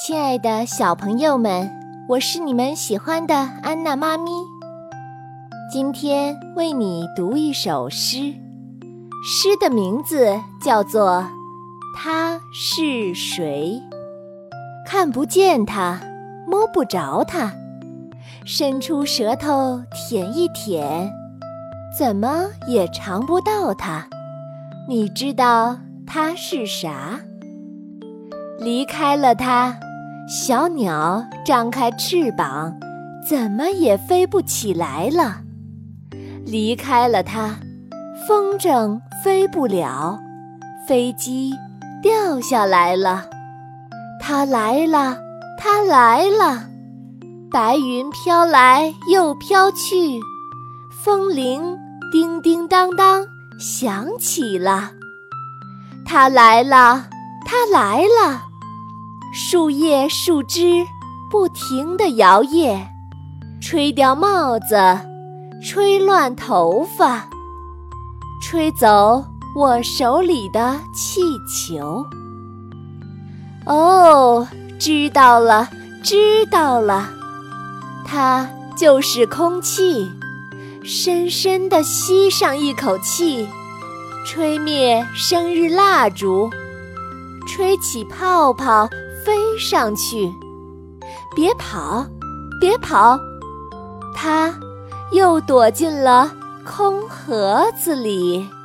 亲爱的小朋友们，我是你们喜欢的安娜妈咪。今天为你读一首诗，诗的名字叫做《他是谁》。看不见他，摸不着他，伸出舌头舔一舔，怎么也尝不到他。你知道他是啥？离开了他，小鸟张开翅膀，怎么也飞不起来了。离开了它，风筝飞不了，飞机掉下来了。它来了，它来了，白云飘来又飘去，风铃叮叮当当响起了。它来了，它来了，树叶树枝不停地摇曳，吹掉帽子，吹乱头发，吹走我手里的气球。哦，知道了，知道了，它就是空气。深深地吸上一口气，吹灭生日蜡烛，吹起泡泡飞上去。别跑，别跑，它又躲进了空盒子里。